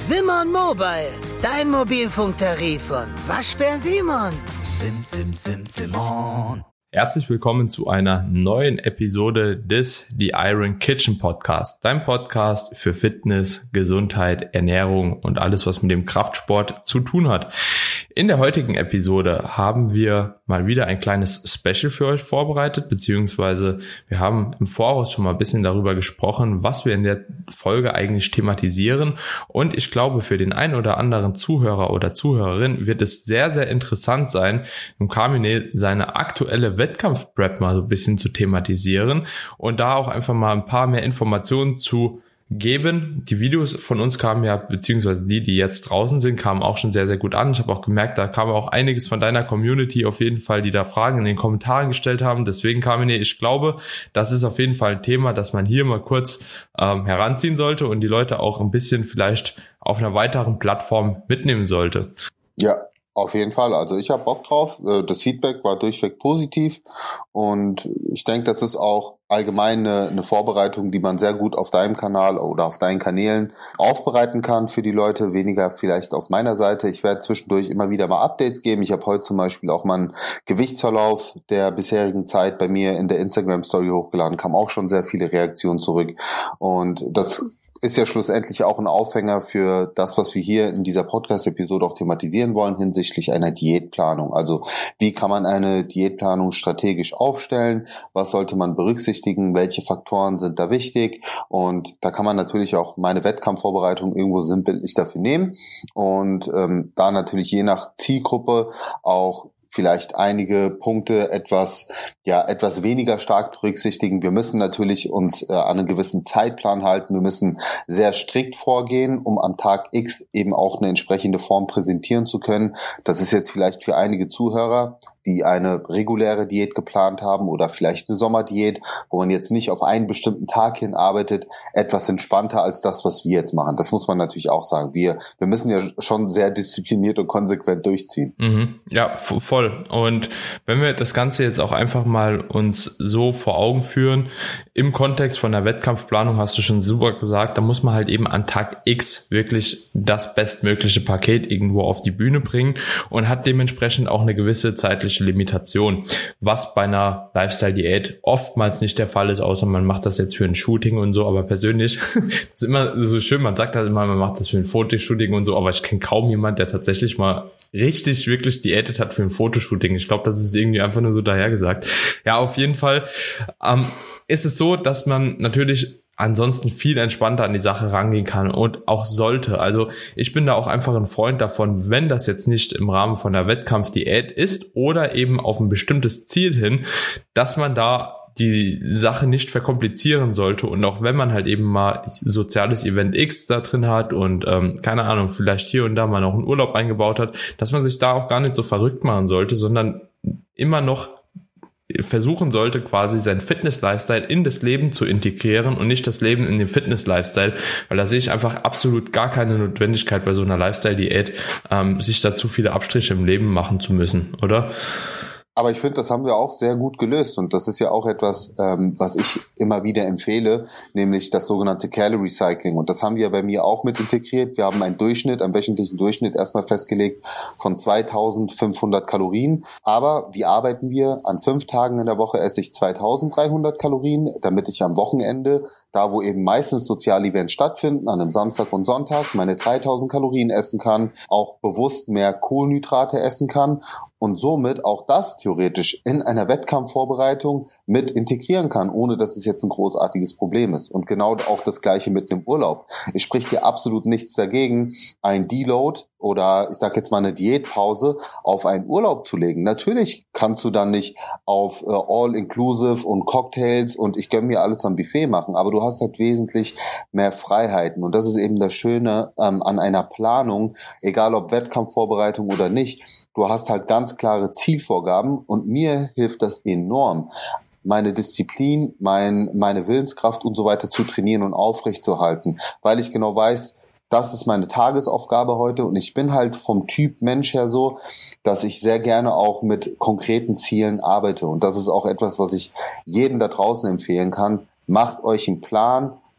Simon Mobile, dein Mobilfunktarif von Waschbär Simon. Simon. Herzlich willkommen zu einer neuen Episode des The Iron Kitchen Podcast, dein Podcast für Fitness, Gesundheit, Ernährung und alles, was mit dem Kraftsport zu tun hat. In der heutigen Episode haben wir mal wieder ein kleines Special für euch vorbereitet, beziehungsweise wir haben im Voraus schon mal ein bisschen darüber gesprochen, was wir in der Folge eigentlich thematisieren, und ich glaube, für den einen oder anderen Zuhörer oder Zuhörerin wird es sehr, sehr interessant sein, im Carmine seine aktuelle Wettkampf-Prep mal so ein bisschen zu thematisieren und da auch einfach mal ein paar mehr Informationen zu geben. Die Videos von uns kamen ja, beziehungsweise die jetzt draußen sind, kamen auch schon sehr, sehr gut an. Ich habe auch gemerkt, da kam auch einiges von deiner Community auf jeden Fall, die da Fragen in den Kommentaren gestellt haben. Deswegen, Carmine, ich glaube, das ist auf jeden Fall ein Thema, das man hier mal kurz heranziehen sollte und die Leute auch ein bisschen vielleicht auf einer weiteren Plattform mitnehmen sollte. Ja, auf jeden Fall. Also ich habe Bock drauf. Das Feedback war durchweg positiv und ich denke, das ist auch allgemein eine Vorbereitung, die man sehr gut auf deinem Kanal oder auf deinen Kanälen aufbereiten kann für die Leute, weniger vielleicht auf meiner Seite. Ich werde zwischendurch immer wieder mal Updates geben. Ich habe heute zum Beispiel auch mal einen Gewichtsverlauf der bisherigen Zeit bei mir in der Instagram-Story hochgeladen, kam auch schon sehr viele Reaktionen zurück, und das ist ja schlussendlich auch ein Aufhänger für das, was wir hier in dieser Podcast-Episode auch thematisieren wollen hinsichtlich einer Diätplanung. Also wie kann man eine Diätplanung strategisch aufstellen? Was sollte man berücksichtigen? Welche Faktoren sind da wichtig? Und da kann man natürlich auch meine Wettkampfvorbereitung irgendwo sinnbildlich dafür nehmen und da natürlich je nach Zielgruppe auch vielleicht einige Punkte etwas weniger stark berücksichtigen. Wir müssen natürlich uns an einen gewissen Zeitplan halten. Wir müssen sehr strikt vorgehen, um am Tag X eben auch eine entsprechende Form präsentieren zu können. Das ist jetzt vielleicht für einige Zuhörer, die eine reguläre Diät geplant haben oder vielleicht eine Sommerdiät, wo man jetzt nicht auf einen bestimmten Tag hin arbeitet, etwas entspannter als das, was wir jetzt machen. Das muss man natürlich auch sagen. Wir müssen ja schon sehr diszipliniert und konsequent durchziehen. Ja, voll. Und wenn wir das Ganze jetzt auch einfach mal uns so vor Augen führen, im Kontext von der Wettkampfplanung hast du schon super gesagt, da muss man halt eben an Tag X wirklich das bestmögliche Paket irgendwo auf die Bühne bringen und hat dementsprechend auch eine gewisse zeitliche Limitation, was bei einer Lifestyle-Diät oftmals nicht der Fall ist, außer man macht das jetzt für ein Shooting und so, aber persönlich, das ist immer so schön, man sagt halt immer, man macht das für ein Fotoshooting und so, aber ich kenne kaum jemand, der tatsächlich mal richtig, wirklich diätet hat für ein Fotoshooting. Ich glaube, das ist irgendwie einfach nur so dahergesagt. Ja, auf jeden Fall ist es so, dass man natürlich ansonsten viel entspannter an die Sache rangehen kann und auch sollte. Also ich bin da auch einfach ein Freund davon, wenn das jetzt nicht im Rahmen von der Wettkampfdiät ist oder eben auf ein bestimmtes Ziel hin, dass man da die Sache nicht verkomplizieren sollte, und auch wenn man halt eben mal soziales Event X da drin hat und keine Ahnung, vielleicht hier und da mal noch einen Urlaub eingebaut hat, dass man sich da auch gar nicht so verrückt machen sollte, sondern immer noch versuchen sollte, quasi sein Fitness-Lifestyle in das Leben zu integrieren und nicht das Leben in den Fitness-Lifestyle, weil da sehe ich einfach absolut gar keine Notwendigkeit bei so einer Lifestyle-Diät, sich da zu viele Abstriche im Leben machen zu müssen, oder? Aber ich finde, das haben wir auch sehr gut gelöst, und das ist ja auch etwas, was ich immer wieder empfehle, nämlich das sogenannte Calorie Cycling, und das haben wir bei mir auch mit integriert. Wir haben einen wöchentlichen Durchschnitt erstmal festgelegt von 2500 Kalorien, aber wie arbeiten wir? An 5 Tagen in der Woche esse ich 2300 Kalorien, damit ich am Wochenende, da wo eben meistens soziale Events stattfinden, an einem Samstag und Sonntag meine 3000 Kalorien essen kann, auch bewusst mehr Kohlenhydrate essen kann und somit auch das theoretisch in einer Wettkampfvorbereitung mit integrieren kann, ohne dass es jetzt ein großartiges Problem ist. Und genau auch das Gleiche mit einem Urlaub. Es spricht dir absolut nichts dagegen, ein Deload oder ich sage jetzt mal eine Diätpause auf einen Urlaub zu legen. Natürlich kannst du dann nicht auf All-Inclusive und Cocktails und ich gönne mir alles am Buffet machen, aber du hast halt wesentlich mehr Freiheiten. Und das ist eben das Schöne an einer Planung, egal ob Wettkampfvorbereitung oder nicht. Du hast halt ganz klare Zielvorgaben, und mir hilft das enorm, meine Disziplin, meine Willenskraft und so weiter zu trainieren und aufrechtzuerhalten, weil ich genau weiß, das ist meine Tagesaufgabe heute, und ich bin halt vom Typ Mensch her so, dass ich sehr gerne auch mit konkreten Zielen arbeite, und das ist auch etwas, was ich jedem da draußen empfehlen kann. Macht euch einen Plan,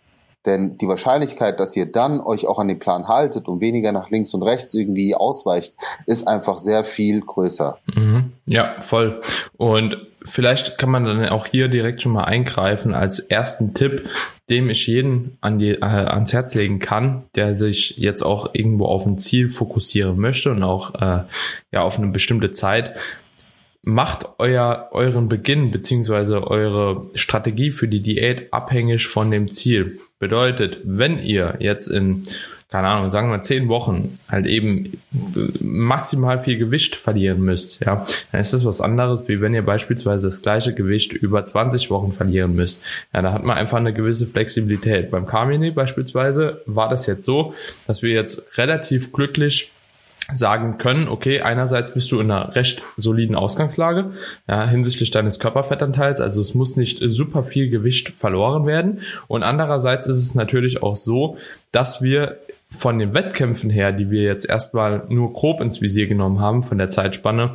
Denn die Wahrscheinlichkeit, dass ihr dann euch auch an den Plan haltet und weniger nach links und rechts irgendwie ausweicht, ist einfach sehr viel größer. Ja, voll. Und vielleicht kann man dann auch hier direkt schon mal eingreifen als ersten Tipp, dem ich jeden ans Herz legen kann, der sich jetzt auch irgendwo auf ein Ziel fokussieren möchte und auch auf eine bestimmte Zeit. Macht euren Beginn beziehungsweise eure Strategie für die Diät abhängig von dem Ziel. Bedeutet, wenn ihr jetzt in, keine Ahnung, sagen wir 10 Wochen halt eben maximal viel Gewicht verlieren müsst, ja, dann ist das was anderes, wie wenn ihr beispielsweise das gleiche Gewicht über 20 Wochen verlieren müsst. Ja, da hat man einfach eine gewisse Flexibilität. Beim Carmine beispielsweise war das jetzt so, dass wir jetzt relativ glücklich sagen können, okay, einerseits bist du in einer recht soliden Ausgangslage, ja, hinsichtlich deines Körperfettanteils, also es muss nicht super viel Gewicht verloren werden, und andererseits ist es natürlich auch so, dass wir von den Wettkämpfen her, die wir jetzt erstmal nur grob ins Visier genommen haben, von der Zeitspanne,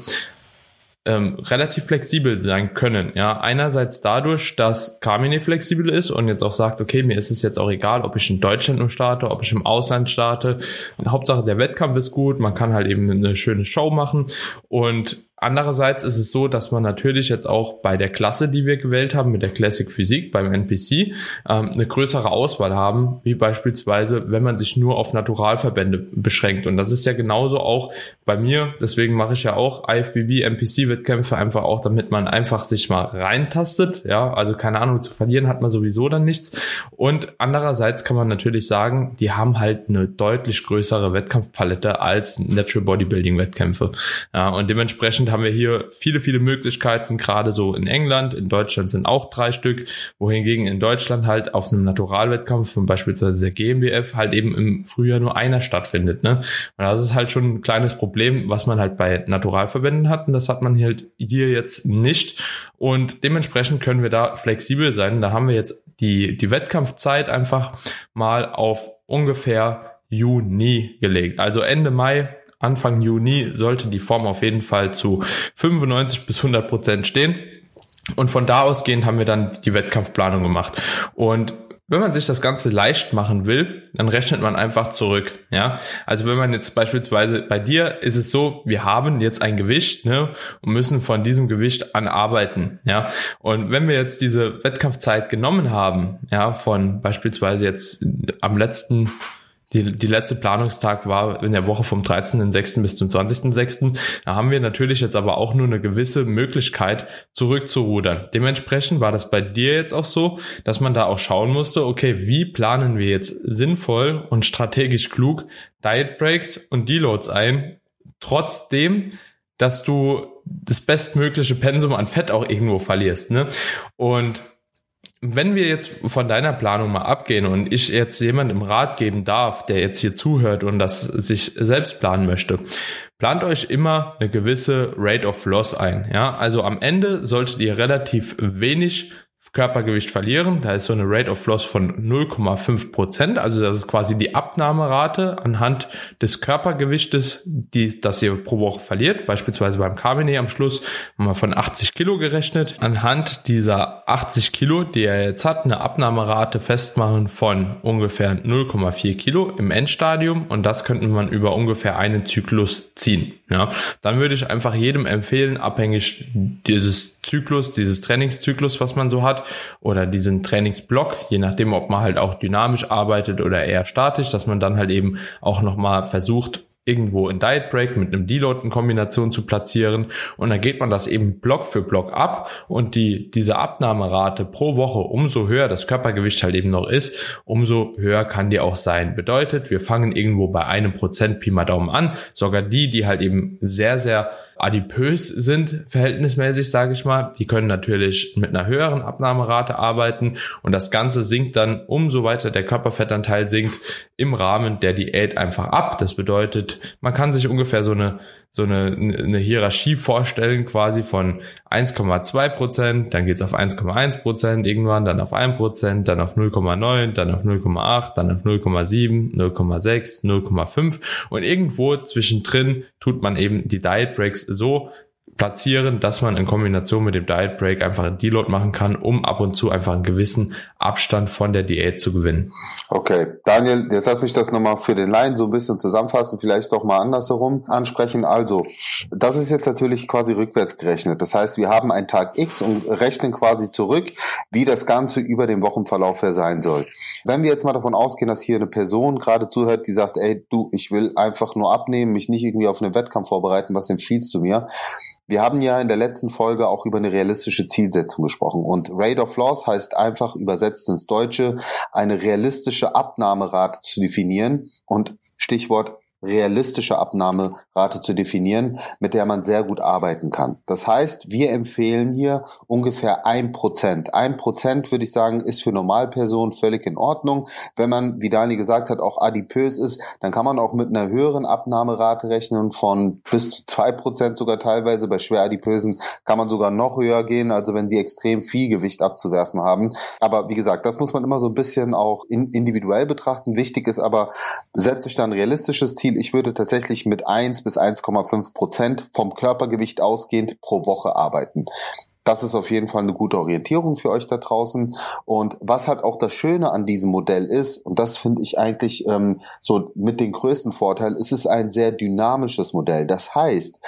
relativ flexibel sein können. Ja, einerseits dadurch, dass Carmine flexibel ist und jetzt auch sagt, okay, mir ist es jetzt auch egal, ob ich in Deutschland nur starte, ob ich im Ausland starte. Und Hauptsache der Wettkampf ist gut, man kann halt eben eine schöne Show machen. Und andererseits ist es so, dass man natürlich jetzt auch bei der Klasse, die wir gewählt haben, mit der Classic Physik beim NPC, eine größere Auswahl haben, wie beispielsweise, wenn man sich nur auf Naturalverbände beschränkt. Und das ist ja genauso auch bei mir. Deswegen mache ich ja auch IFBB, NPC-Wettkämpfe, einfach auch, damit man einfach sich mal reintastet. Ja, also keine Ahnung, zu verlieren hat man sowieso dann nichts. Und andererseits kann man natürlich sagen, die haben halt eine deutlich größere Wettkampfpalette als Natural Bodybuilding-Wettkämpfe. Ja, und dementsprechend haben wir hier viele, viele Möglichkeiten, gerade so in England. In Deutschland sind auch 3 Stück, wohingegen in Deutschland halt auf einem Naturalwettkampf von beispielsweise der GmbF halt eben im Frühjahr nur einer stattfindet. Ne? Und das ist halt schon ein kleines Problem, was man halt bei Naturalverbänden hat, und das hat man halt hier jetzt nicht. Und dementsprechend können wir da flexibel sein. Da haben wir jetzt die Wettkampfzeit einfach mal auf ungefähr Juni gelegt. Also Ende Mai, Anfang Juni sollte die Form auf jeden Fall zu 95 bis 100% stehen. Und von da ausgehend haben wir dann die Wettkampfplanung gemacht. Und wenn man sich das Ganze leicht machen will, dann rechnet man einfach zurück. Ja, also wenn man jetzt beispielsweise, bei dir ist es so, wir haben jetzt ein Gewicht, ne, und müssen von diesem Gewicht an arbeiten. Ja, und wenn wir jetzt diese Wettkampfzeit genommen haben, ja, von beispielsweise jetzt am letzten Die letzte Planungstag war in der Woche vom 13.06. bis zum 20.06. Da haben wir natürlich jetzt aber auch nur eine gewisse Möglichkeit, zurückzurudern. Dementsprechend war das bei dir jetzt auch so, dass man da auch schauen musste, okay, wie planen wir jetzt sinnvoll und strategisch klug Diet Breaks und Deloads ein, trotzdem, dass du das bestmögliche Pensum an Fett auch irgendwo verlierst, ne? Und wenn wir jetzt von deiner Planung mal abgehen und ich jetzt jemandem Rat geben darf, der jetzt hier zuhört und das sich selbst planen möchte, plant euch immer eine gewisse Rate of Loss ein. Ja, also am Ende solltet ihr relativ wenig Körpergewicht verlieren. Da ist so eine Rate of Loss von 0,5%. Also das ist quasi die Abnahmerate anhand des Körpergewichtes, das ihr pro Woche verliert. Beispielsweise beim Carmine am Schluss haben wir von 80 Kilo gerechnet. Anhand dieser 80 Kilo, die er jetzt hat, eine Abnahmerate festmachen von ungefähr 0,4 Kilo im Endstadium. Und das könnte man über ungefähr einen Zyklus ziehen. Ja, dann würde ich einfach jedem empfehlen, abhängig dieses Trainingszyklus, was man so hat, oder diesen Trainingsblock, je nachdem, ob man halt auch dynamisch arbeitet oder eher statisch, dass man dann halt eben auch nochmal versucht, irgendwo in Diet Break mit einem Deload in Kombination zu platzieren, und dann geht man das eben Block für Block ab, und diese Abnahmerate pro Woche, umso höher das Körpergewicht halt eben noch ist, umso höher kann die auch sein. Bedeutet, wir fangen irgendwo bei 1% Pi mal Daumen an, sogar die halt eben sehr, sehr adipös sind, verhältnismäßig, sage ich mal, die können natürlich mit einer höheren Abnahmerate arbeiten, und das Ganze sinkt dann, umso weiter der Körperfettanteil sinkt, im Rahmen der Diät einfach ab. Das bedeutet, man kann sich ungefähr so eine Hierarchie vorstellen, quasi von 1,2%, dann geht's auf 1,1% irgendwann, dann auf 1%, dann auf 0,9, dann auf 0,8, dann auf 0,7, 0,6, 0,5, und irgendwo zwischendrin tut man eben die Diet Breaks so platzieren, dass man in Kombination mit dem Diet Break einfach einen Deload machen kann, um ab und zu einfach einen gewissen Abstand von der Diät zu gewinnen. Okay, Daniel, jetzt lass mich das nochmal für den Laien so ein bisschen zusammenfassen, vielleicht doch mal andersherum ansprechen. Also, das ist jetzt natürlich quasi rückwärts gerechnet. Das heißt, wir haben einen Tag X und rechnen quasi zurück, wie das Ganze über den Wochenverlauf her sein soll. Wenn wir jetzt mal davon ausgehen, dass hier eine Person gerade zuhört, die sagt, ey, du, ich will einfach nur abnehmen, mich nicht irgendwie auf einen Wettkampf vorbereiten, was empfiehlst du mir? Wir haben ja in der letzten Folge auch über eine realistische Zielsetzung gesprochen und Rate of Loss heißt einfach übersetzt ins Deutsche, eine realistische Abnahmerate zu definieren und Stichwort realistische Abnahmerate zu definieren, mit der man sehr gut arbeiten kann. Das heißt, wir empfehlen hier ungefähr 1%. 1% würde ich sagen, ist für Normalpersonen völlig in Ordnung. Wenn man, wie Dani gesagt hat, auch adipös ist, dann kann man auch mit einer höheren Abnahmerate rechnen von bis zu 2% sogar teilweise. Bei Schweradipösen kann man sogar noch höher gehen, also wenn sie extrem viel Gewicht abzuwerfen haben. Aber wie gesagt, das muss man immer so ein bisschen auch individuell betrachten. Wichtig ist aber, setzt euch da ein realistisches Ziel. Ich würde tatsächlich mit 1 bis 1,5% vom Körpergewicht ausgehend pro Woche arbeiten. Das ist auf jeden Fall eine gute Orientierung für euch da draußen. Und was halt auch das Schöne an diesem Modell ist, und das finde ich eigentlich so mit den größten Vorteil, es ist ein sehr dynamisches Modell. Das heißt,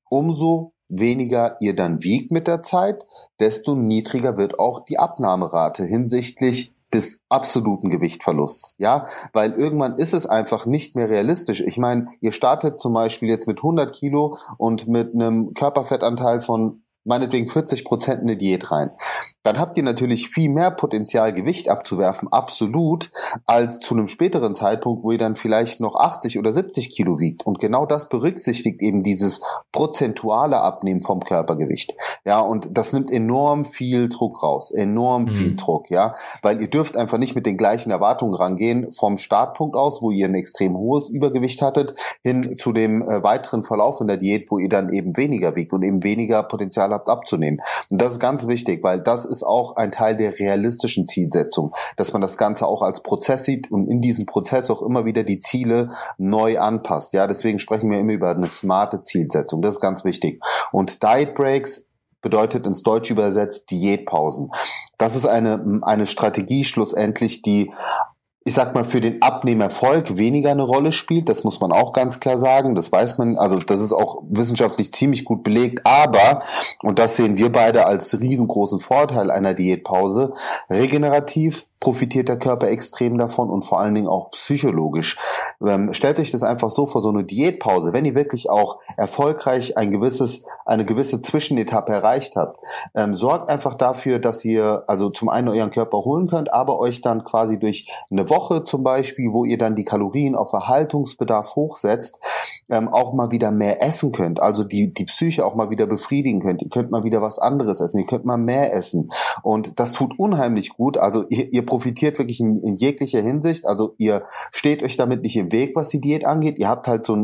umso weniger ihr dann wiegt mit der Zeit, desto niedriger wird auch die Abnahmerate hinsichtlich des absoluten Gewichtverlusts, ja, weil irgendwann ist es einfach nicht mehr realistisch. Ich meine, ihr startet zum Beispiel jetzt mit 100 Kilo und mit einem Körperfettanteil von meinetwegen 40% in eine Diät rein. Dann habt ihr natürlich viel mehr Potenzial, Gewicht abzuwerfen, absolut, als zu einem späteren Zeitpunkt, wo ihr dann vielleicht noch 80 oder 70 Kilo wiegt. Und genau das berücksichtigt eben dieses prozentuale Abnehmen vom Körpergewicht. Ja, und das nimmt enorm viel Druck raus, enorm viel Druck, ja, weil ihr dürft einfach nicht mit den gleichen Erwartungen rangehen vom Startpunkt aus, wo ihr ein extrem hohes Übergewicht hattet, hin zu dem weiteren Verlauf in der Diät, wo ihr dann eben weniger wiegt und eben weniger Potenzial habt abzunehmen. Und das ist ganz wichtig, weil das ist auch ein Teil der realistischen Zielsetzung, dass man das Ganze auch als Prozess sieht und in diesem Prozess auch immer wieder die Ziele neu anpasst. Ja, deswegen sprechen wir immer über eine smarte Zielsetzung. Das ist ganz wichtig. Und Diet Breaks bedeutet ins Deutsche übersetzt Diätpausen. Das ist eine Strategie schlussendlich, die, ich sag mal, für den Abnehmerfolg weniger eine Rolle spielt. Das muss man auch ganz klar sagen. Das weiß man, also das ist auch wissenschaftlich ziemlich gut belegt. Aber, und das sehen wir beide als riesengroßen Vorteil einer Diätpause, regenerativ profitiert der Körper extrem davon und vor allen Dingen auch psychologisch. Stellt euch das einfach so vor, so eine Diätpause, wenn ihr wirklich auch erfolgreich eine gewisse Zwischenetappe erreicht habt, sorgt einfach dafür, dass ihr also zum einen euren Körper holen könnt, aber euch dann quasi durch eine Woche zum Beispiel, wo ihr dann die Kalorien auf Erhaltungsbedarf hochsetzt, auch mal wieder mehr essen könnt, also die Psyche auch mal wieder befriedigen könnt. Ihr könnt mal wieder was anderes essen, ihr könnt mal mehr essen und das tut unheimlich gut. Also ihr profitiert wirklich in jeglicher Hinsicht. Also ihr steht euch damit nicht im Weg, was die Diät angeht. Ihr habt halt so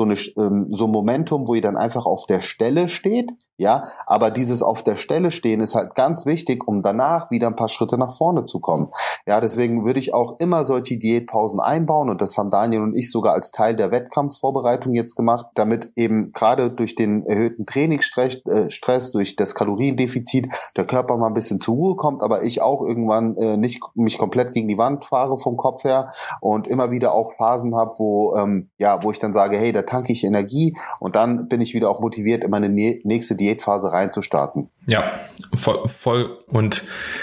ein Momentum, wo ihr dann einfach auf der Stelle steht. Ja, aber dieses auf der Stelle stehen ist halt ganz wichtig, um danach wieder ein paar Schritte nach vorne zu kommen. Ja, deswegen würde ich auch immer solche Diätpausen einbauen und das haben Daniel und ich sogar als Teil der Wettkampfvorbereitung jetzt gemacht, damit eben gerade durch den erhöhten Trainingsstress, durch das Kaloriendefizit der Körper mal ein bisschen zur Ruhe kommt, aber ich auch irgendwann nicht mich komplett gegen die Wand fahre vom Kopf her und immer wieder auch Phasen habe, wo ich dann sage, hey, da tanke ich Energie und dann bin ich wieder auch motiviert, in meine nächste Diätphase reinzustarten. Ja, voll. Und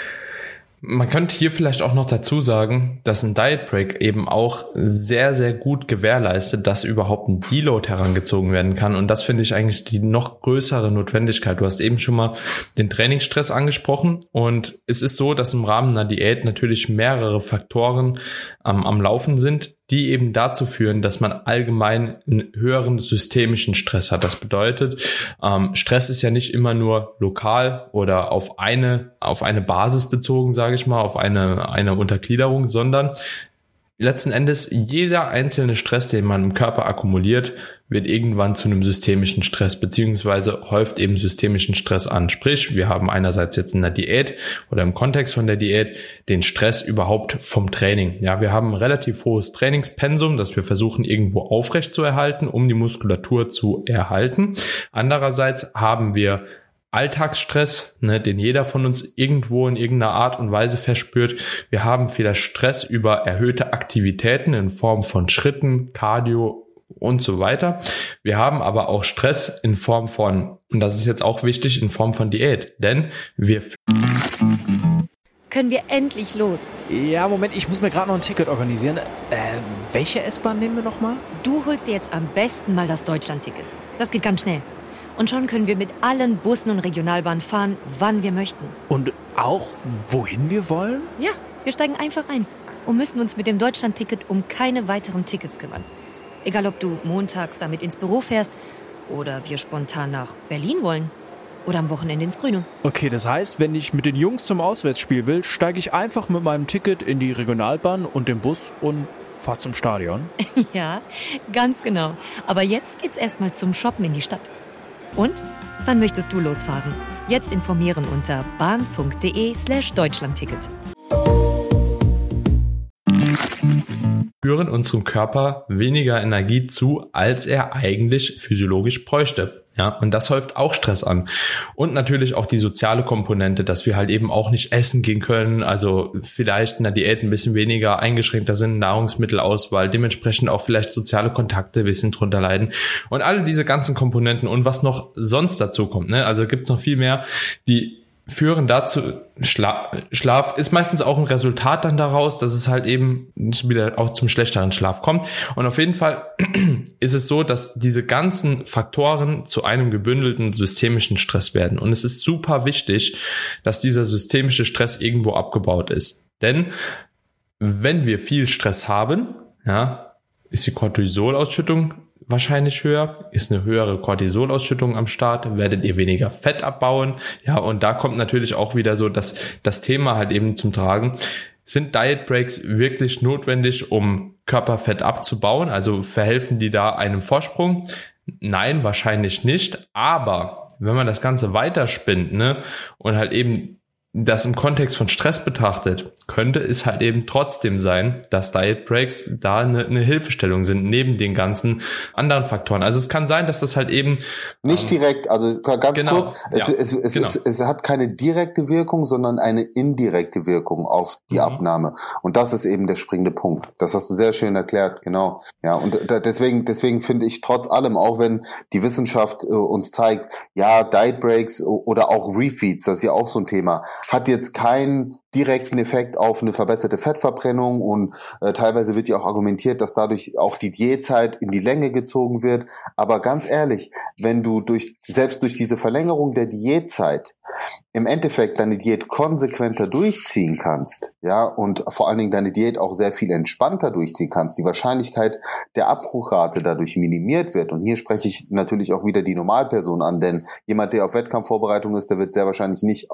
man könnte hier vielleicht auch noch dazu sagen, dass ein Diet Break eben auch sehr, sehr gut gewährleistet, dass überhaupt ein Deload herangezogen werden kann. Und das finde ich eigentlich die noch größere Notwendigkeit. Du hast eben schon mal den Trainingsstress angesprochen. Und es ist so, dass im Rahmen einer Diät natürlich mehrere Faktoren am Laufen sind, die eben dazu führen, dass man allgemein einen höheren systemischen Stress hat. Das bedeutet, Stress ist ja nicht immer nur lokal oder auf eine Basis bezogen, sage ich mal, auf eine Untergliederung, sondern letzten Endes jeder einzelne Stress, den man im Körper akkumuliert, wird irgendwann zu einem systemischen Stress beziehungsweise häuft eben systemischen Stress an. Sprich, wir haben einerseits jetzt in der Diät oder im Kontext von der Diät den Stress überhaupt vom Training. Ja, wir haben ein relativ hohes Trainingspensum, das wir versuchen irgendwo aufrecht zu erhalten, um die Muskulatur zu erhalten. Andererseits haben wir Alltagsstress, den jeder von uns irgendwo in irgendeiner Art und Weise verspürt. Wir haben vielleicht Stress über erhöhte Aktivitäten in Form von Schritten, Cardio und so weiter. Wir haben aber auch Stress in Form von, und das ist jetzt auch wichtig, in Form von Diät, denn wir... Können wir endlich los? Ja, Moment, ich muss mir gerade noch ein Ticket organisieren. Welche S-Bahn nehmen wir nochmal? Du holst dir jetzt am besten mal das Deutschland-Ticket. Das geht ganz schnell. Und schon können wir mit allen Bussen und Regionalbahnen fahren, wann wir möchten. Und auch, wohin wir wollen? Ja, wir steigen einfach ein und müssen uns mit dem Deutschland-Ticket um keine weiteren Tickets kümmern. Egal, ob du montags damit ins Büro fährst oder wir spontan nach Berlin wollen oder am Wochenende ins Grüne. Okay, das heißt, wenn ich mit den Jungs zum Auswärtsspiel will, steige ich einfach mit meinem Ticket in die Regionalbahn und den Bus und fahre zum Stadion? Ja, ganz genau. Aber jetzt geht's erstmal zum Shoppen in die Stadt. Und? Wann möchtest du losfahren? Jetzt informieren unter bahn.de/Deutschlandticket. Führen unserem Körper weniger Energie zu, als er eigentlich physiologisch bräuchte. Ja, und das häuft auch Stress an. Und natürlich auch die soziale Komponente, dass wir halt eben auch nicht essen gehen können, also vielleicht in der Diät ein bisschen weniger eingeschränkter sind, Nahrungsmittelauswahl, dementsprechend auch vielleicht soziale Kontakte ein bisschen drunter leiden. Und alle diese ganzen Komponenten und was noch sonst dazu kommt, also gibt's noch viel mehr, die führen dazu, Schlaf ist meistens auch ein Resultat dann daraus, dass es halt eben nicht wieder auch zum schlechteren Schlaf kommt. Und auf jeden Fall ist es so, dass diese ganzen Faktoren zu einem gebündelten systemischen Stress werden. Und es ist super wichtig, dass dieser systemische Stress irgendwo abgebaut ist. Denn wenn wir viel Stress haben, ist die Cortisolausschüttung wahrscheinlich höher, ist eine höhere Cortisolausschüttung am Start, werdet ihr weniger Fett abbauen. Ja, und da kommt natürlich auch wieder so das Thema halt eben zum Tragen. Sind Diet Breaks wirklich notwendig, um Körperfett abzubauen? Also verhelfen die da einem Vorsprung? Nein, wahrscheinlich nicht. Aber wenn man das Ganze weiterspinnt, und halt eben das im Kontext von Stress betrachtet, könnte es halt eben trotzdem sein, dass Diet Breaks da eine Hilfestellung sind, neben den ganzen anderen Faktoren. Also es kann sein, dass das halt eben... Nicht direkt, also ganz kurz, es hat keine direkte Wirkung, sondern eine indirekte Wirkung auf die Abnahme. Und das ist eben der springende Punkt. Das hast du sehr schön erklärt, genau. Ja, und deswegen finde ich trotz allem, auch wenn die Wissenschaft uns zeigt, ja, Diet Breaks oder auch Refeeds, das ist ja auch so ein Thema, hat jetzt keinen direkten Effekt auf eine verbesserte Fettverbrennung und teilweise wird ja auch argumentiert, dass dadurch auch die Diätzeit in die Länge gezogen wird. Aber ganz ehrlich, wenn du selbst durch diese Verlängerung der Diätzeit im Endeffekt deine Diät konsequenter durchziehen kannst, ja, und vor allen Dingen deine Diät auch sehr viel entspannter durchziehen kannst, die Wahrscheinlichkeit der Abbruchrate dadurch minimiert wird. Und hier spreche ich natürlich auch wieder die Normalperson an, denn jemand, der auf Wettkampfvorbereitung ist, der wird sehr wahrscheinlich nicht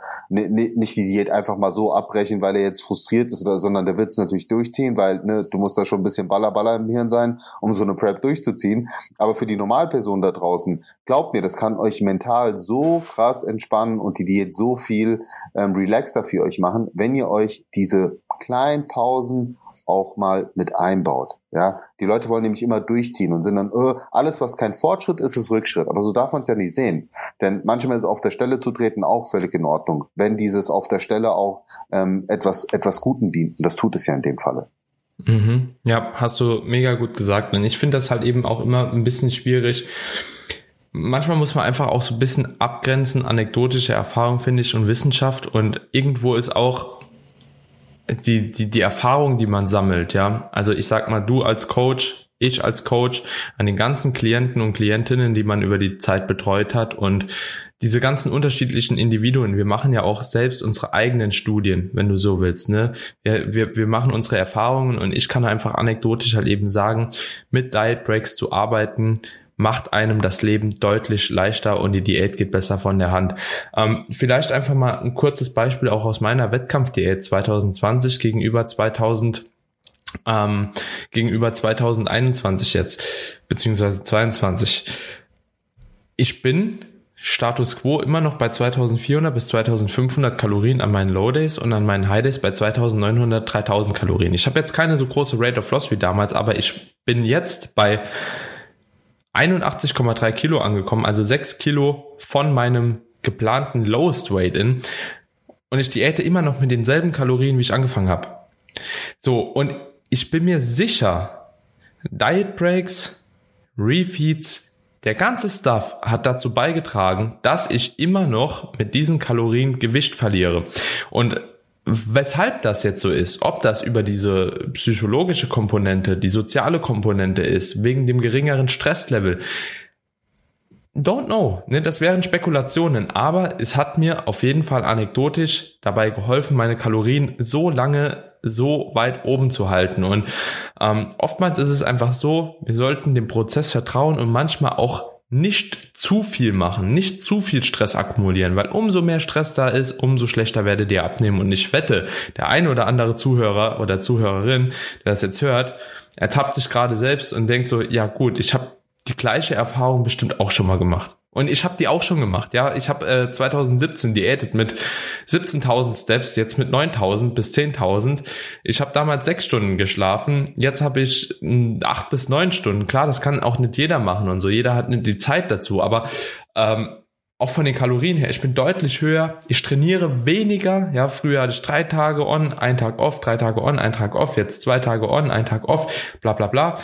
die Diät einfach mal so abbrechen, weil er jetzt frustriert ist, sondern der wird es natürlich durchziehen, weil du musst da schon ein bisschen Baller im Hirn sein, um so eine Prep durchzuziehen. Aber für die Normalperson da draußen, glaubt mir, das kann euch mental so krass entspannen und die Diät so viel relaxter für euch machen, wenn ihr euch diese kleinen Pausen auch mal mit einbaut. Ja, die Leute wollen nämlich immer durchziehen und sind dann, alles, was kein Fortschritt ist, ist Rückschritt. Aber so darf man es ja nicht sehen. Denn manchmal ist auf der Stelle zu treten auch völlig in Ordnung, wenn dieses auf der Stelle auch etwas Guten dient. Und das tut es ja in dem Falle. Mhm. Ja, hast du mega gut gesagt. Und ich finde das halt eben auch immer ein bisschen schwierig. Manchmal muss man einfach auch so ein bisschen abgrenzen, anekdotische Erfahrung, finde ich, und Wissenschaft. Und irgendwo ist auch die Erfahrung, die man sammelt, ja. Also ich sag mal, du als Coach, ich als Coach, an den ganzen Klienten und Klientinnen, die man über die Zeit betreut hat und diese ganzen unterschiedlichen Individuen. Wir machen ja auch selbst unsere eigenen Studien, wenn du so willst, Wir machen unsere Erfahrungen und ich kann einfach anekdotisch halt eben sagen, mit Diet Breaks zu arbeiten, macht einem das Leben deutlich leichter und die Diät geht besser von der Hand. Vielleicht einfach mal ein kurzes Beispiel auch aus meiner Wettkampfdiät 2020 gegenüber 2019. gegenüber 2021 jetzt, beziehungsweise 22. Ich bin Status Quo immer noch bei 2400 bis 2500 Kalorien an meinen Low Days und an meinen High Days bei 2900, 3000 Kalorien. Ich habe jetzt keine so große Rate of Loss wie damals, aber ich bin jetzt bei 81,3 Kilo angekommen, also 6 Kilo von meinem geplanten Lowest Weight in, und ich diäte immer noch mit denselben Kalorien, wie ich angefangen habe. So, und ich bin mir sicher, Diet Breaks, Refeeds, der ganze Stuff hat dazu beigetragen, dass ich immer noch mit diesen Kalorien Gewicht verliere. Und weshalb das jetzt so ist, ob das über diese psychologische Komponente, die soziale Komponente ist, wegen dem geringeren Stresslevel, don't know, ne, das wären Spekulationen, aber es hat mir auf jeden Fall anekdotisch dabei geholfen, meine Kalorien so lange so weit oben zu halten. Und oftmals ist es einfach so, wir sollten dem Prozess vertrauen und manchmal auch nicht zu viel machen, nicht zu viel Stress akkumulieren, weil umso mehr Stress da ist, umso schlechter werdet ihr abnehmen. Und ich wette, der ein oder andere Zuhörer oder Zuhörerin, der das jetzt hört, ertappt sich gerade selbst und denkt so, ja gut, ich habe die gleiche Erfahrung bestimmt auch schon mal gemacht. Und ich habe die auch schon gemacht, ja. Ich habe 2017 diätet mit 17.000 Steps, jetzt mit 9.000 bis 10.000. Ich habe damals 6 Stunden geschlafen, jetzt habe ich 8 bis 9 Stunden. Klar, das kann auch nicht jeder machen und so. Jeder hat nicht die Zeit dazu, aber auch von den Kalorien her, ich bin deutlich höher. Ich trainiere weniger. Ja, früher hatte ich 3 Tage on, 1 Tag off, 3 Tage on, 1 Tag off, jetzt 2 Tage on, 1 Tag off, bla bla bla.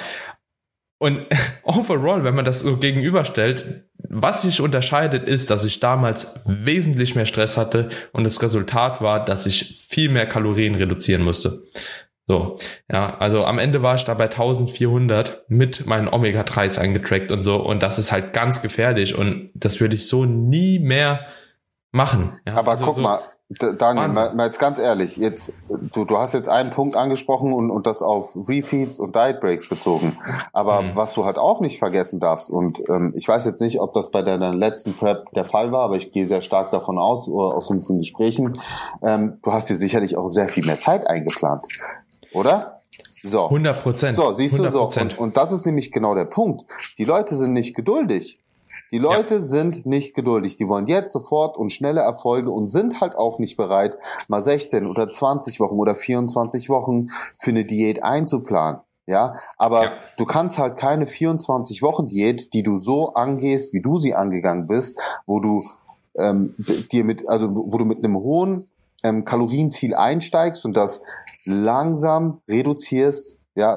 Und overall, wenn man das so gegenüberstellt, was sich unterscheidet, ist, dass ich damals wesentlich mehr Stress hatte und das Resultat war, dass ich viel mehr Kalorien reduzieren musste. So, ja, also am Ende war ich da bei 1400 mit meinen Omega-3s eingetrackt und so, und das ist halt ganz gefährlich und das würde ich so nie mehr machen. Ja, aber also guck so, mal, Daniel, mal jetzt ganz ehrlich, jetzt du hast jetzt einen Punkt angesprochen und das auf Refeeds und Diet Breaks bezogen. Aber was du halt auch nicht vergessen darfst, und ich weiß jetzt nicht, ob das bei deiner letzten Prep der Fall war, aber ich gehe sehr stark davon aus unseren Gesprächen, du hast dir sicherlich auch sehr viel mehr Zeit eingeplant, oder? So. 100%. So, siehst du, 100%. so. Und das ist nämlich genau der Punkt. Die Leute sind nicht geduldig. Die Leute sind nicht geduldig. Die wollen jetzt sofort und schnelle Erfolge und sind halt auch nicht bereit, mal 16 oder 20 Wochen oder 24 Wochen für eine Diät einzuplanen. Ja, aber du kannst halt keine 24-Wochen-Diät, die du so angehst, wie du sie angegangen bist, wo du wo du mit einem hohen Kalorienziel einsteigst und das langsam reduzierst,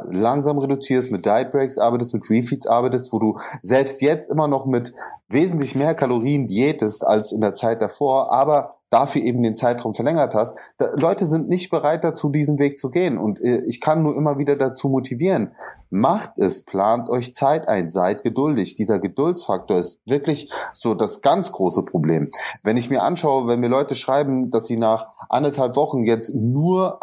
mit Diet Breaks arbeitest, mit Refeeds arbeitest, wo du selbst jetzt immer noch mit wesentlich mehr Kalorien diätest als in der Zeit davor, aber dafür eben den Zeitraum verlängert hast. Leute sind nicht bereit dazu, diesen Weg zu gehen, und ich kann nur immer wieder dazu motivieren. Macht es, plant euch Zeit ein, seid geduldig. Dieser Geduldsfaktor ist wirklich so das ganz große Problem. Wenn ich mir anschaue, wenn mir Leute schreiben, dass sie nach 1,5 Wochen jetzt nur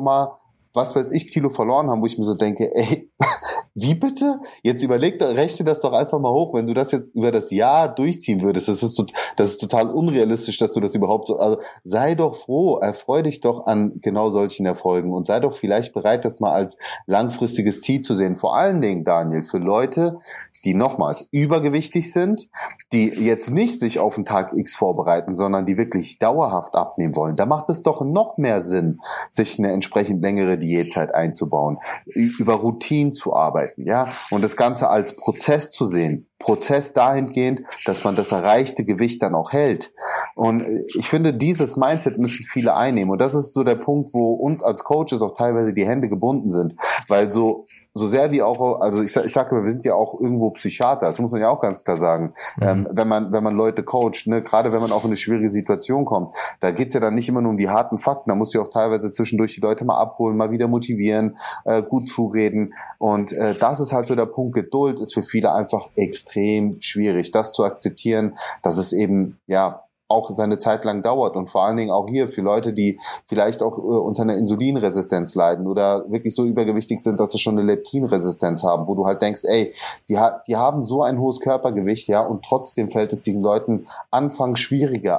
1,was Kilo verloren haben, wo ich mir so denke, ey, wie bitte? Jetzt rechne das doch einfach mal hoch, wenn du das jetzt über das Jahr durchziehen würdest. Das ist total unrealistisch, dass du das überhaupt so, also sei doch froh, erfreu dich doch an genau solchen Erfolgen und sei doch vielleicht bereit, das mal als langfristiges Ziel zu sehen. Vor allen Dingen, Daniel, für Leute, die nochmals übergewichtig sind, die jetzt nicht sich auf den Tag X vorbereiten, sondern die wirklich dauerhaft abnehmen wollen. Da macht es doch noch mehr Sinn, sich eine entsprechend längere Diätzeit einzubauen, über Routinen zu arbeiten, ja, und das Ganze als Prozess zu sehen. Prozess dahingehend, dass man das erreichte Gewicht dann auch hält. Und ich finde, dieses Mindset müssen viele einnehmen. Und das ist so der Punkt, wo uns als Coaches auch teilweise die Hände gebunden sind. Weil so sehr wie auch, also ich sage immer, wir sind ja auch irgendwo Psychiater, das muss man ja auch ganz klar sagen. Wenn man Leute coacht, ne, gerade wenn man auch in eine schwierige Situation kommt, da geht's ja dann nicht immer nur um die harten Fakten, da musst du auch teilweise zwischendurch die Leute mal abholen, mal wieder motivieren, gut zureden. Und das ist halt so der Punkt, Geduld ist für viele einfach extrem schwierig, das zu akzeptieren, dass es eben, ja, auch seine Zeit lang dauert, und vor allen Dingen auch hier für Leute, die vielleicht auch unter einer Insulinresistenz leiden oder wirklich so übergewichtig sind, dass sie schon eine Leptinresistenz haben, wo du halt denkst, ey, die haben so ein hohes Körpergewicht, ja, und trotzdem fällt es diesen Leuten anfangs schwieriger, aber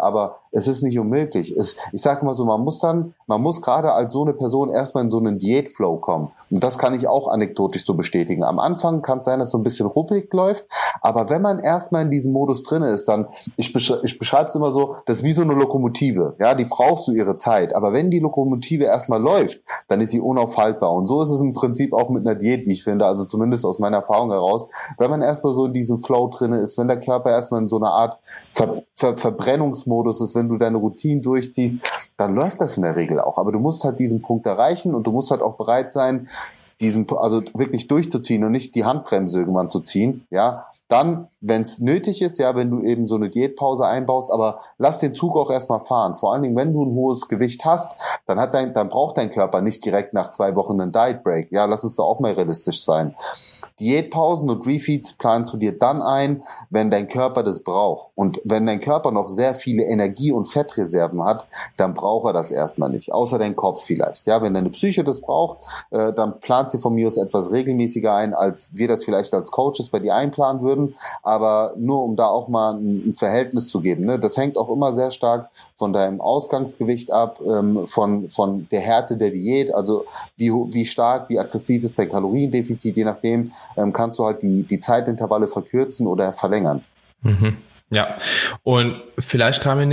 es ist nicht unmöglich. Ich sage mal so, man muss gerade als so eine Person erstmal in so einen Diätflow kommen. Und das kann ich auch anekdotisch so bestätigen. Am Anfang kann es sein, dass es so ein bisschen ruppig läuft, aber wenn man erstmal in diesem Modus drin ist, dann, ich beschreibe es immer so, das ist wie so eine Lokomotive. Ja, die brauchst du ihre Zeit. Aber wenn die Lokomotive erstmal läuft, dann ist sie unaufhaltbar. Und so ist es im Prinzip auch mit einer Diät, wie ich finde, also zumindest aus meiner Erfahrung heraus. Wenn man erstmal so in diesem Flow drin ist, wenn der Körper erstmal in so einer Art Verbrennungsmodus ist, wenn du deine Routinen durchziehst, dann läuft das in der Regel auch. Aber du musst halt diesen Punkt erreichen und du musst halt auch bereit sein, also wirklich durchzuziehen und nicht die Handbremse irgendwann zu ziehen, ja, dann, wenn es nötig ist, ja, wenn du eben so eine Diätpause einbaust, aber lass den Zug auch erstmal fahren. Vor allen Dingen, wenn du ein hohes Gewicht hast, dann braucht dein Körper nicht direkt nach 2 Wochen einen Diet Break, ja, lass uns da auch mal realistisch sein. Diätpausen und Refeeds planst du dir dann ein, wenn dein Körper das braucht. Und wenn dein Körper noch sehr viele Energie- und Fettreserven hat, dann braucht er das erstmal nicht, außer dein Kopf vielleicht, ja, wenn deine Psyche das braucht, dann plant sie von mir aus etwas regelmäßiger ein, als wir das vielleicht als Coaches bei dir einplanen würden, aber nur um da auch mal ein Verhältnis zu geben. Ne? Das hängt auch immer sehr stark von deinem Ausgangsgewicht ab, von der Härte der Diät, also wie stark, wie aggressiv ist dein Kaloriendefizit, je nachdem kannst du halt die Zeitintervalle verkürzen oder verlängern. Mhm. Ja, und vielleicht haben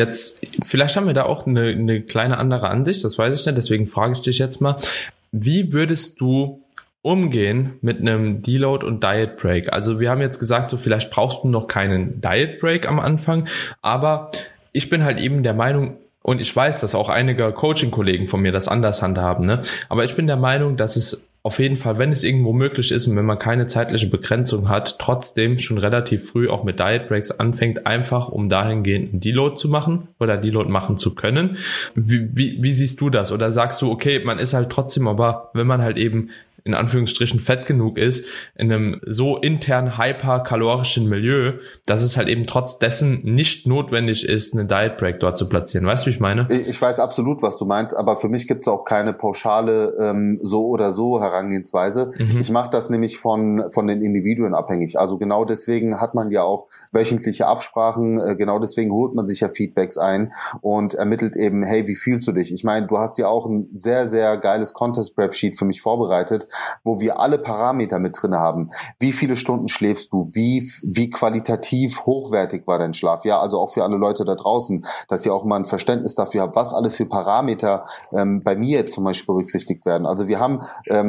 wir da auch eine kleine andere Ansicht, das weiß ich nicht, deswegen frage ich dich jetzt mal, wie würdest du umgehen mit einem Deload und Diet Break? Also wir haben jetzt gesagt, so vielleicht brauchst du noch keinen Diet Break am Anfang, aber ich bin halt eben der Meinung, und ich weiß, dass auch einige Coaching-Kollegen von mir das anders handhaben, ne? Aber ich bin der Meinung, dass es auf jeden Fall, wenn es irgendwo möglich ist und wenn man keine zeitliche Begrenzung hat, trotzdem schon relativ früh auch mit Diet Breaks anfängt, einfach um dahingehend einen Deload zu machen oder Deload machen zu können. Wie siehst du das? Oder sagst du, okay, man ist halt trotzdem, aber wenn man halt eben in Anführungsstrichen fett genug ist, in einem so intern hyperkalorischen Milieu, dass es halt eben trotz dessen nicht notwendig ist, einen Diet Break dort zu platzieren. Weißt du, wie ich meine? Ich weiß absolut, was du meinst, aber für mich gibt es auch keine pauschale so oder so Herangehensweise. Ich mache das nämlich von den Individuen abhängig. Also genau deswegen hat man ja auch wöchentliche Absprachen, genau deswegen holt man sich ja Feedbacks ein und ermittelt eben, hey, wie fühlst du dich? Ich meine, du hast ja auch ein sehr, sehr geiles Contest-Prep-Sheet für mich vorbereitet, wo wir alle Parameter mit drin haben. Wie viele Stunden schläfst du? Wie qualitativ hochwertig war dein Schlaf? Ja, also auch für alle Leute da draußen, dass ihr auch mal ein Verständnis dafür habt, was alles für Parameter bei mir jetzt zum Beispiel berücksichtigt werden. Also wir haben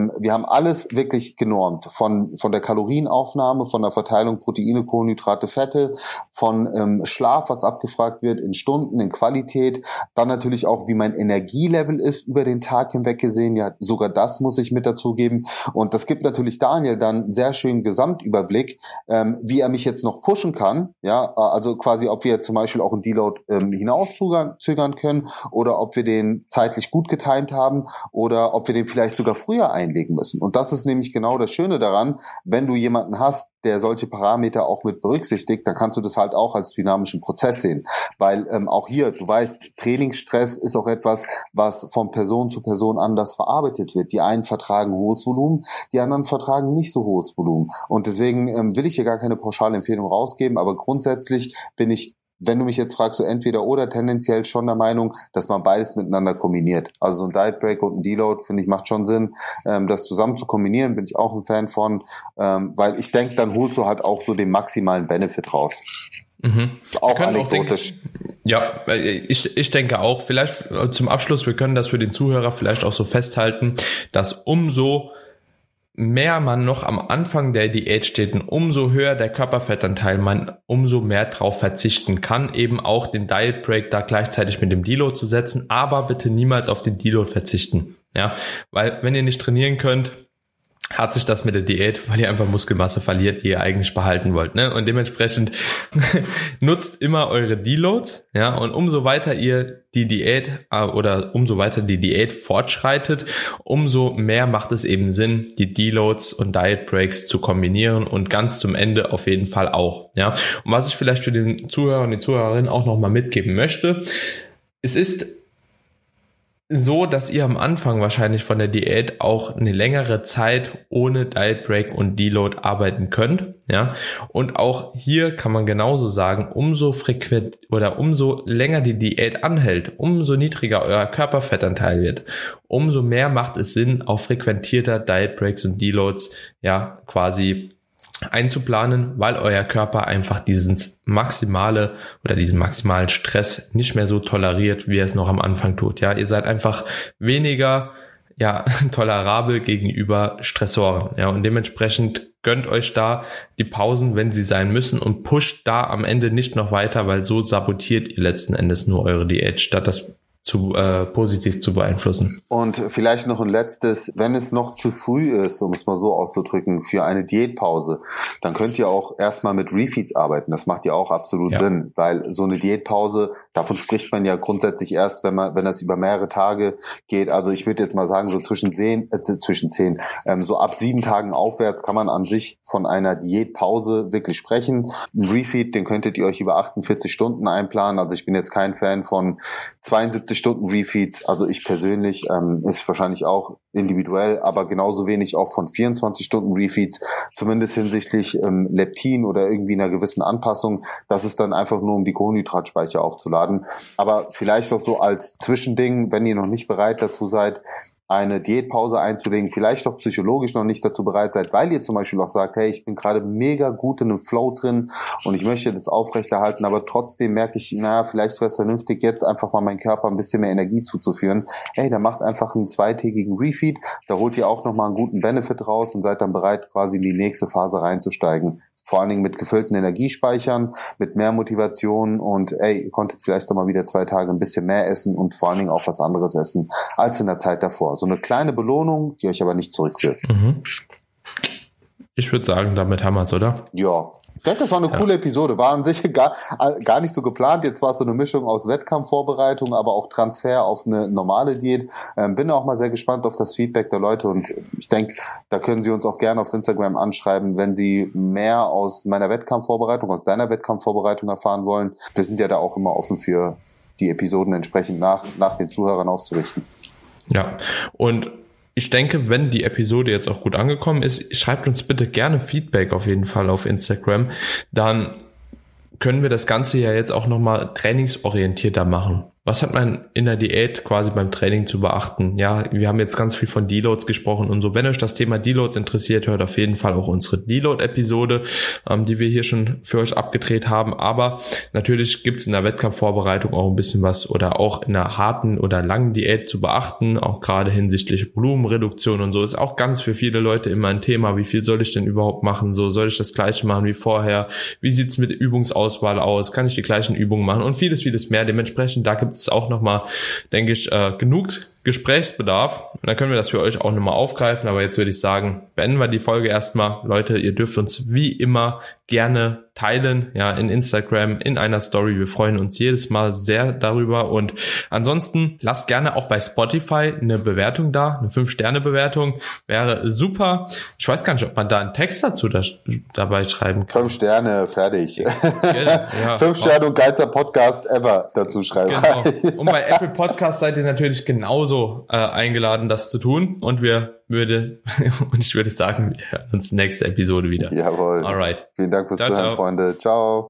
alles wirklich genormt. Von der Kalorienaufnahme, von der Verteilung Proteine, Kohlenhydrate, Fette, von Schlaf, was abgefragt wird in Stunden, in Qualität. Dann natürlich auch, wie mein Energielevel ist über den Tag hinweg gesehen. Ja, sogar das muss ich mit dazugeben. Und das gibt natürlich Daniel dann einen sehr schönen Gesamtüberblick, wie er mich jetzt noch pushen kann. Ja, also quasi, ob wir zum Beispiel auch einen Deload hinauszögern können oder ob wir den zeitlich gut getimt haben oder ob wir den vielleicht sogar früher einlegen müssen. Und das ist nämlich genau das Schöne daran, wenn du jemanden hast, der solche Parameter auch mit berücksichtigt, dann kannst du das halt auch als dynamischen Prozess sehen. Weil auch hier, du weißt, Trainingsstress ist auch etwas, was von Person zu Person anders verarbeitet wird. Die einen vertragen hohes Volumen, die anderen vertragen nicht so hohes Volumen. Und deswegen will ich hier gar keine pauschale Empfehlung rausgeben, aber grundsätzlich bin ich, wenn du mich jetzt fragst, so entweder oder tendenziell schon der Meinung, dass man beides miteinander kombiniert. Also so ein Diet Break und ein Deload, finde ich, macht schon Sinn. Das zusammen zu kombinieren, bin ich auch ein Fan von, weil ich denke, dann holst du halt auch so den maximalen Benefit raus. Auch anekdotisch. Ich denke auch, vielleicht zum Abschluss, wir können das für den Zuhörer vielleicht auch so festhalten, dass umso mehr man noch am Anfang der Diät steht und umso höher der Körperfettanteil man umso mehr drauf verzichten kann, eben auch den Diet Break da gleichzeitig mit dem Deload zu setzen, aber bitte niemals auf den Deload verzichten, ja, weil wenn ihr nicht trainieren könnt, hat sich das mit der Diät, weil ihr einfach Muskelmasse verliert, die ihr eigentlich behalten wollt, ne? Und dementsprechend nutzt immer eure Deloads, ja, und umso weiter ihr die Diät oder umso weiter die Diät fortschreitet, umso mehr macht es eben Sinn, die Deloads und Diet Breaks zu kombinieren und ganz zum Ende auf jeden Fall auch, ja. Und was ich vielleicht für den Zuhörer und die Zuhörerin auch nochmal mitgeben möchte, es ist so, dass ihr am Anfang wahrscheinlich von der Diät auch eine längere Zeit ohne Diet Break und Deload arbeiten könnt, ja. Und auch hier kann man genauso sagen, umso frequent oder umso länger die Diät anhält, umso niedriger euer Körperfettanteil wird, umso mehr macht es Sinn, auf frequentierter Diet Breaks und Deloads, ja, quasi einzuplanen, weil euer Körper einfach diesen maximalen Stress nicht mehr so toleriert, wie er es noch am Anfang tut. Ja, ihr seid einfach weniger, ja, tolerabel gegenüber Stressoren. Ja, und dementsprechend gönnt euch da die Pausen, wenn sie sein müssen, und pusht da am Ende nicht noch weiter, weil so sabotiert ihr letzten Endes nur eure Diät, statt das positiv zu beeinflussen. Und vielleicht noch ein letztes, wenn es noch zu früh ist, um es mal so auszudrücken, für eine Diätpause, dann könnt ihr auch erstmal mit Refeeds arbeiten. Das macht ja auch absolut Sinn, weil so eine Diätpause, davon spricht man ja grundsätzlich erst, wenn das über mehrere Tage geht. Also ich würde jetzt mal sagen, so so ab 7 Tagen aufwärts kann man an sich von einer Diätpause wirklich sprechen. Ein Refeed, den könntet ihr euch über 48 Stunden einplanen. Also ich bin jetzt kein Fan von 72 Stunden Refeeds, also ich persönlich, ist wahrscheinlich auch individuell, aber genauso wenig auch von 24 Stunden Refeeds, zumindest hinsichtlich Leptin oder irgendwie einer gewissen Anpassung. Das ist dann einfach nur, um die Kohlenhydratspeicher aufzuladen. Aber vielleicht auch so als Zwischending, wenn ihr noch nicht bereit dazu seid, eine Diätpause einzulegen, vielleicht auch psychologisch noch nicht dazu bereit seid, weil ihr zum Beispiel auch sagt, hey, ich bin gerade mega gut in einem Flow drin und ich möchte das aufrechterhalten, aber trotzdem merke ich, vielleicht wäre es vernünftig, jetzt einfach mal meinem Körper ein bisschen mehr Energie zuzuführen. Hey, dann macht einfach einen 2-tägigen Refeed, da holt ihr auch nochmal einen guten Benefit raus und seid dann bereit, quasi in die nächste Phase reinzusteigen. Vor allen Dingen mit gefüllten Energiespeichern, mit mehr Motivation und ihr konntet vielleicht doch mal wieder 2 Tage ein bisschen mehr essen und vor allen Dingen auch was anderes essen als in der Zeit davor. So eine kleine Belohnung, die euch aber nicht zurückwirft. Ich würde sagen, damit haben wir es, oder? Ja. Ich denke, das war eine coole Episode. War an sich gar nicht so geplant. Jetzt war es so eine Mischung aus Wettkampfvorbereitung, aber auch Transfer auf eine normale Diät. Bin auch mal sehr gespannt auf das Feedback der Leute und ich denke, da können Sie uns auch gerne auf Instagram anschreiben, wenn Sie mehr aus meiner Wettkampfvorbereitung, aus deiner Wettkampfvorbereitung erfahren wollen. Wir sind ja da auch immer offen für die Episoden entsprechend nach den Zuhörern auszurichten. Ja, und ich denke, wenn die Episode jetzt auch gut angekommen ist, schreibt uns bitte gerne Feedback auf jeden Fall auf Instagram. Dann können wir das Ganze ja jetzt auch nochmal trainingsorientierter machen. Was hat man in der Diät quasi beim Training zu beachten? Ja, wir haben jetzt ganz viel von Deloads gesprochen und so. Wenn euch das Thema Deloads interessiert, hört auf jeden Fall auch unsere Deload-Episode, die wir hier schon für euch abgedreht haben. Aber natürlich gibt es in der Wettkampfvorbereitung auch ein bisschen was oder auch in einer harten oder langen Diät zu beachten, auch gerade hinsichtlich Volumenreduktion und so. Ist auch ganz für viele Leute immer ein Thema. Wie viel soll ich denn überhaupt machen? So, soll ich das Gleiche machen wie vorher? Wie sieht's mit Übungsauswahl aus? Kann ich die gleichen Übungen machen? Und vieles, vieles mehr. Dementsprechend, da gibt es auch nochmal, denke ich, genug Gesprächsbedarf. Und dann können wir das für euch auch nochmal aufgreifen. Aber jetzt würde ich sagen, beenden wir die Folge erstmal. Leute, ihr dürft uns wie immer gerne teilen, ja, in Instagram, in einer Story. Wir freuen uns jedes Mal sehr darüber. Und ansonsten lasst gerne auch bei Spotify eine Bewertung da. Eine 5-Sterne-Bewertung wäre super. Ich weiß gar nicht, ob man da einen Text dazu dabei schreiben kann. 5 Sterne, fertig. Ja, 5 Sterne und geilster Podcast ever dazu schreiben. Genau. Und bei Apple Podcast seid ihr natürlich genauso eingeladen, das zu tun. Und ich würde sagen, wir hören uns nächste Episode wieder. Jawohl. Alright. Vielen Dank fürs Zuhören, Freunde. Ciao.